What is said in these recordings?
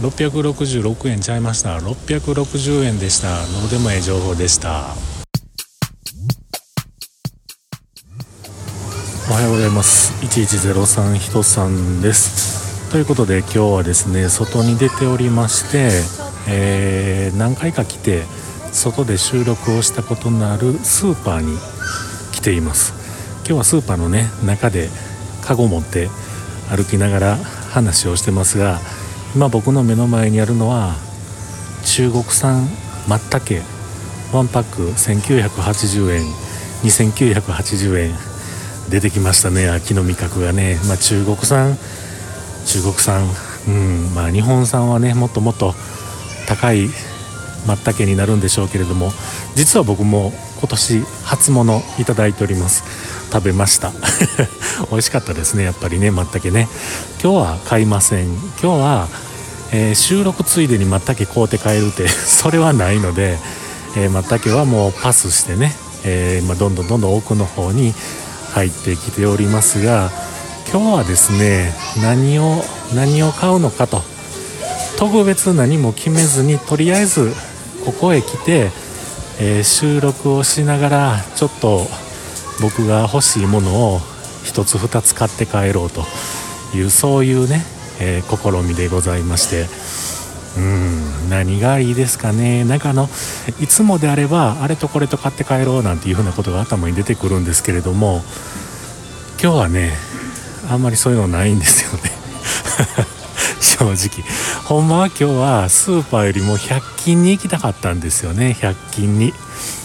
666円ちゃいました。660円でした。どうでもええ情報でした。おはようございます。1103ひとさんです。ということで今日はですね、外に出ておりまして、何回か来て外で収録をしたことのあるスーパーに来ています。今日はスーパーのね中でカゴ持って歩きながら話をしてますが、今僕の目の前にあるのは中国産松茸1パック1980円2980円出てきましたね。秋の味覚がね、中国産、日本産はねもっともっと高い松茸になるんでしょうけれども、実は僕も今年初物いただいております。食べました美味しかったですね。やっぱりね松茸ね。今日は買いません。今日は、収録ついでに松茸買うて帰るってそれはないので、松茸はもうパスしてね、どんどん奥の方に入ってきておりますが、今日はですね何を買うのかと特別何も決めずに、とりあえずここへ来て、収録をしながらちょっと僕が欲しいものを一つ二つ買って帰ろうという、そういうね、試みでございまして、何がいいですかね。なんかいつもであればあれとこれと買って帰ろうなんていうふうなことが頭に出てくるんですけれども、今日はねあんまりそういうのないんですよね正直。ほんまは今日はスーパーよりも100均に行きたかったんですよね。100均に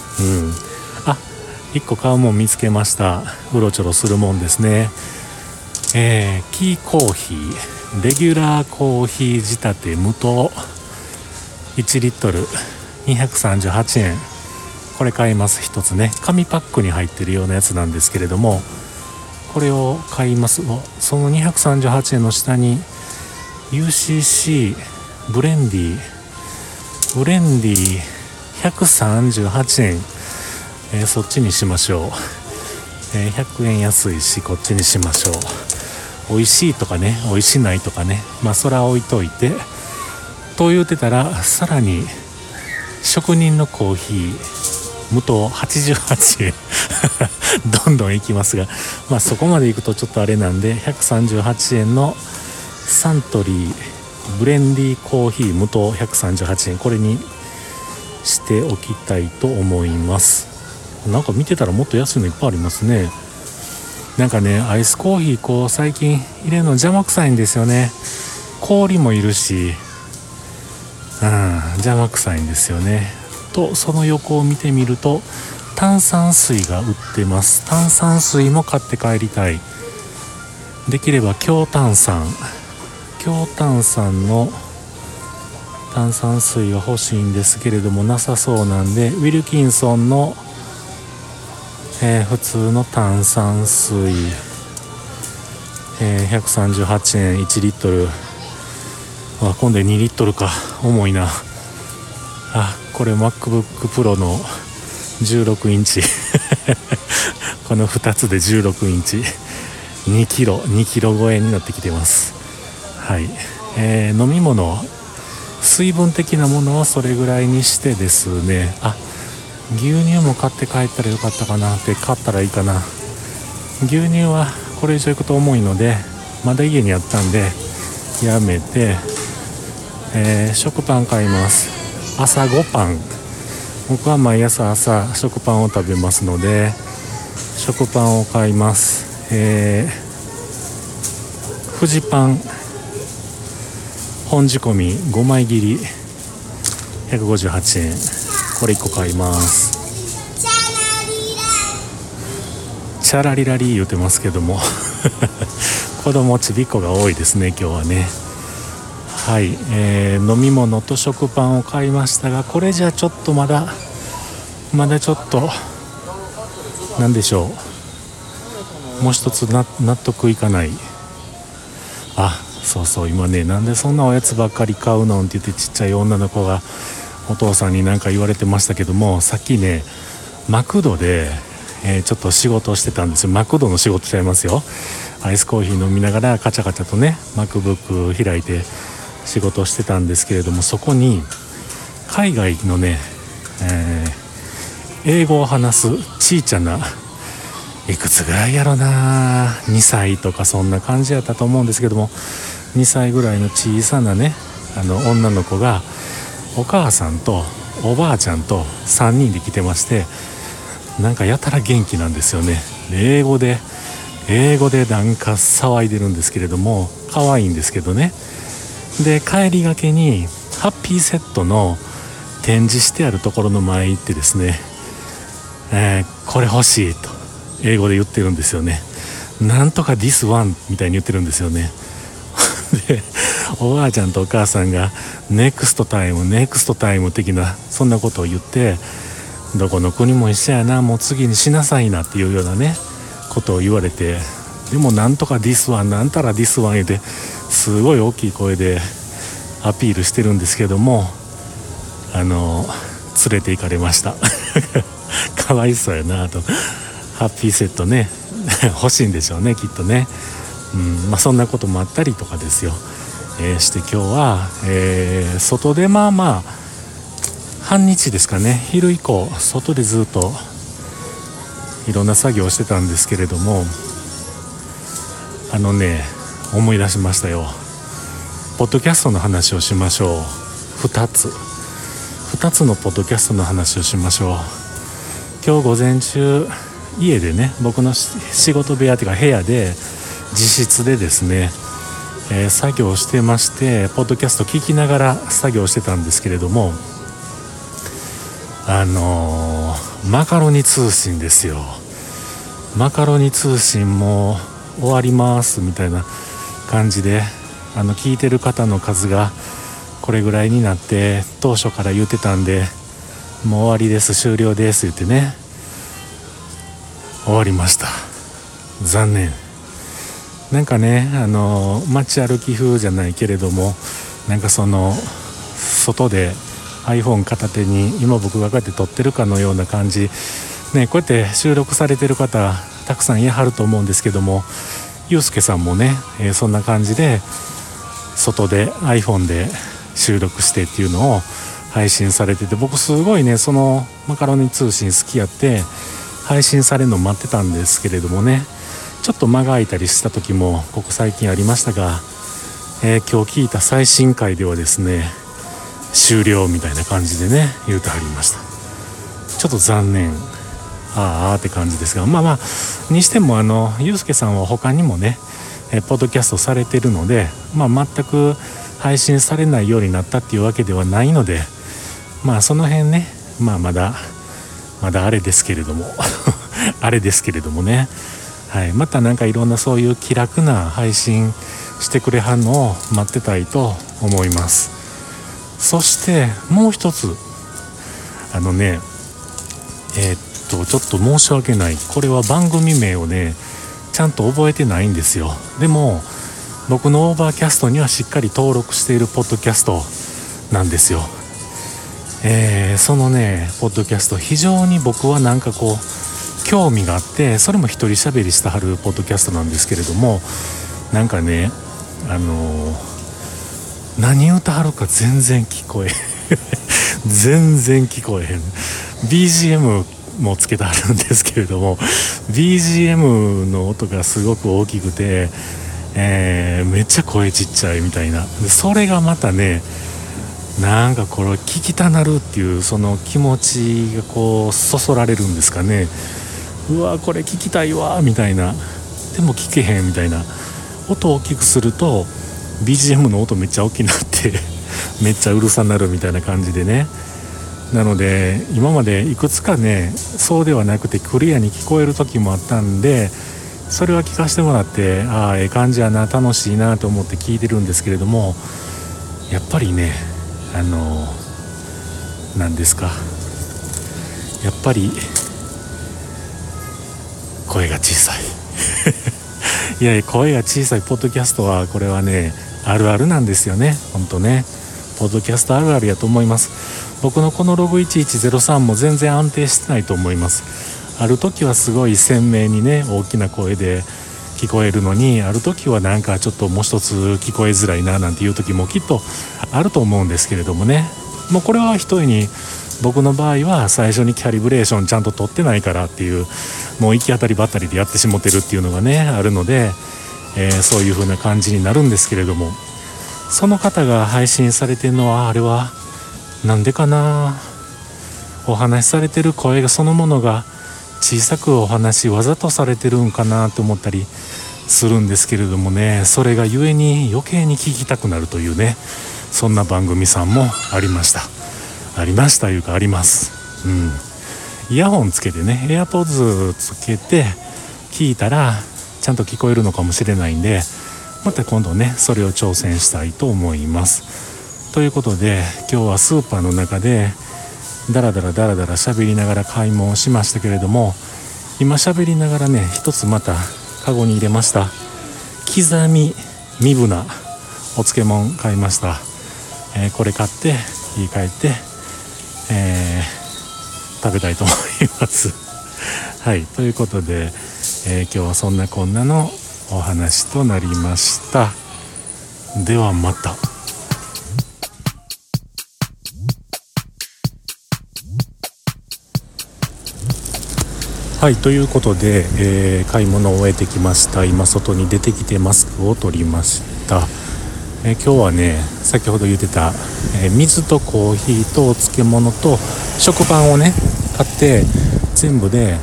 1個買うもん見つけました。うろちょろするもんですね。キーコーヒーレギュラーコーヒー仕立て無糖1リットル238円。これ買います。一つね紙パックに入ってるようなやつなんですけれども、これを買います。その238円の下に UCC ブレンディ138円、そっちにしましょう。100円安いしこっちにしましょう。美味しいとかね美味しないとかね、そら置いといてと言うてたら、さらに職人のコーヒー無糖88円どんどんいきますが、そこまでいくとちょっとあれなんで、138円のサントリーブレンディコーヒー無糖138円、これにしておきたいと思います。なんか見てたらもっと安いのいっぱいありますね。なんかねアイスコーヒー最近入れるの邪魔くさいんですよね。氷もいるし邪魔くさいんですよね。とその横を見てみると炭酸水が売ってます。炭酸水も買って帰りたい。できれば強炭酸の炭酸水が欲しいんですけれどもなさそうなんで、ウィルキンソンの、普通の炭酸水、138円1リットル。今度2リットルか、重いな。これ MacBook Pro の16インチこの2つで16インチ2キロ超えになってきてます。はい、飲み物水分的なものはそれぐらいにしてですね、牛乳も買って帰ったらよかったかなって、買ったらいいかな。牛乳はこれ以上いくと重いのでまだ家にあったんでやめて、食パン買います。朝ごパン、僕は毎朝食パンを食べますので食パンを買います。フジパン本仕込み5枚切り158円、これ1個買います。チャラリラリ言うてますけども子供ちびっこが多いですね今日はね。はい、飲み物と食パンを買いましたが、これじゃちょっとまだちょっとなんでしょう、もう一つ納得いかない。そう今ね、なんでそんなおやつばっかり買うのって言ってちっちゃい女の子がお父さんに何か言われてましたけども、さっきねマクドで、ちょっと仕事をしてたんですよ。マクドの仕事しちゃいますよ。アイスコーヒー飲みながらカチャカチャとね MacBook 開いて仕事をしてたんですけれども、そこに海外のね、英語を話すちいちゃないくつぐらいやろな、2歳とかそんな感じやったと思うんですけども、2歳ぐらいの小さなね女の子がお母さんとおばあちゃんと3人で来てまして、なんかやたら元気なんですよね。英語でなんか騒いでるんですけれども、可愛いんですけどね。で帰りがけにハッピーセットの展示してあるところの前行ってですね、これ欲しいと英語で言ってるんですよね。なんとか this one みたいに言ってるんですよね。でおばあちゃんとお母さんがネクストタイム的なそんなことを言って、どこの国も一緒やな、もう次にしなさいなっていうようなねことを言われて、でもなんとか this one なんたら this one 言ってすごい大きい声でアピールしてるんですけども、連れて行かれました。かわいそうやなと。ハッピーセットね欲しいんでしょうねきっとね。そんなこともあったりとかですよ、して今日は、外でまあ半日ですかね、昼以降外でずっといろんな作業をしてたんですけれども、思い出しましたよ。ポッドキャストの話をしましょう。2つのポッドキャストの話をしましょう。今日午前中家でね、僕の仕事部屋というか部屋で自室でですね、作業してまして、ポッドキャスト聞きながら作業してたんですけれども、マカロニ通信ですよ。マカロニ通信も終わりますみたいな感じで、聞いてる方の数がこれぐらいになって当初から言ってたんで、もう終わりです、終了です言ってね、終わりました。残念。なんかね、街歩き風じゃないけれども、なんかその外で iPhone 片手に今僕がこうやって撮ってるかのような感じね、こうやって収録されてる方たくさんいはると思うんですけども、ゆうすけさんもね、そんな感じで外で iPhone で収録してっていうのを配信されてて、僕すごいね、そのマカロニ通信好きやって配信されるの待ってたんですけれどもね、ちょっと間が空いたりした時もここ最近ありましたが、今日聞いた最新回ではですね、終了みたいな感じでね言うてはりました。ちょっと残念、って感じですが、にしてもゆうすけさんは他にもね、ポッドキャストされてるので、全く配信されないようになったっていうわけではないので、その辺ね、まだあれですけれどもあれですけれどもね、またなんかいろんなそういう気楽な配信してくれはんのを待ってたいと思います。そしてもう一つちょっと申し訳ない、これは番組名をねちゃんと覚えてないんですよ。でも僕のオーバーキャストにはしっかり登録しているポッドキャストなんですよ。そのねポッドキャスト非常に僕はなんかこう興味があって、それも一人喋りしてはるポッドキャストなんですけれども、なんかね何言うたはるか全然聞こえ全然聞こえへん。 BGM もつけてあるんですけれども、 BGM の音がすごく大きくて、めっちゃ声ちっちゃいみたいな。でそれがまたね、なんかこれ聞きたなるっていうその気持ちがこうそそられるんですかね。うわこれ聞きたいわみたいな、でも聞けへんみたいな。音を大きくすると BGM の音めっちゃ大きくなってめっちゃうるさなるみたいな感じでね。なので今までいくつかねそうではなくてクリアに聞こえる時もあったんで、それは聞かせてもらって、ええ感じやな、楽しいなと思って聞いてるんですけれども、やっぱりね何ですか、やっぱり声が小さいいや声が小さいポッドキャストはこれはねあるあるなんですよね。本当ねポッドキャストあるあるやと思います。僕のこのログ1103も全然安定してないと思います。ある時はすごい鮮明にね大きな声で聞こえるのに、ある時はなんかちょっともう一つ聞こえづらいななんていう時もきっとあると思うんですけれどもね。もうこれは一重に僕の場合は最初にキャリブレーションちゃんと取ってないからっていう、もう行き当たりばったりでやってしもてるっていうのがねあるので、そういう風な感じになるんですけれども、その方が配信されてるのはあれはなんでかな、お話しされてる声がそのものが小さくお話わざとされてるんかなと思ったりするんですけれどもね、それがゆえに余計に聞きたくなるというね、そんな番組さんもありましたいうかあります。イヤホンつけてね、エアポッズつけて聞いたらちゃんと聞こえるのかもしれないんで、また今度ねそれを挑戦したいと思います。ということで今日はスーパーの中でだらだら喋りながら買い物をしましたけれども、今喋りながらね一つまたカゴに入れました。刻みみぶなお漬物買いました。これ買って家帰って、食べたいと思いますはい、ということで、今日はそんなこんなのお話となりました。ではまた。はい、ということで、買い物を終えてきました。今外に出てきてマスクを取りました。今日はね先ほど言ってた、水とコーヒーとお漬物と食パンをね買って全部で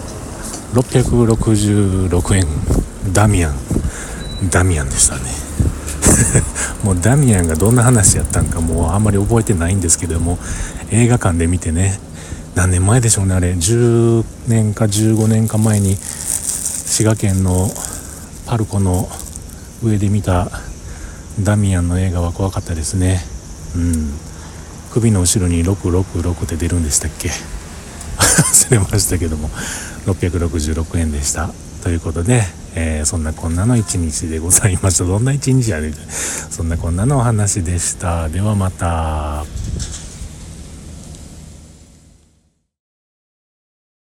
666円。ダミアンでしたねもうダミアンがどんな話やったんかもうあんまり覚えてないんですけども、映画館で見てね、何年前でしょうね、あれ10年か15年か前に滋賀県のパルコの上で見たダミアンの映画は怖かったですね。首の後ろに666って出るんでしたっけ忘れましたけども666円でした。ということで、そんなこんなの一日でございました。どんな一日やねん、そんなこんなのお話でした。ではまた。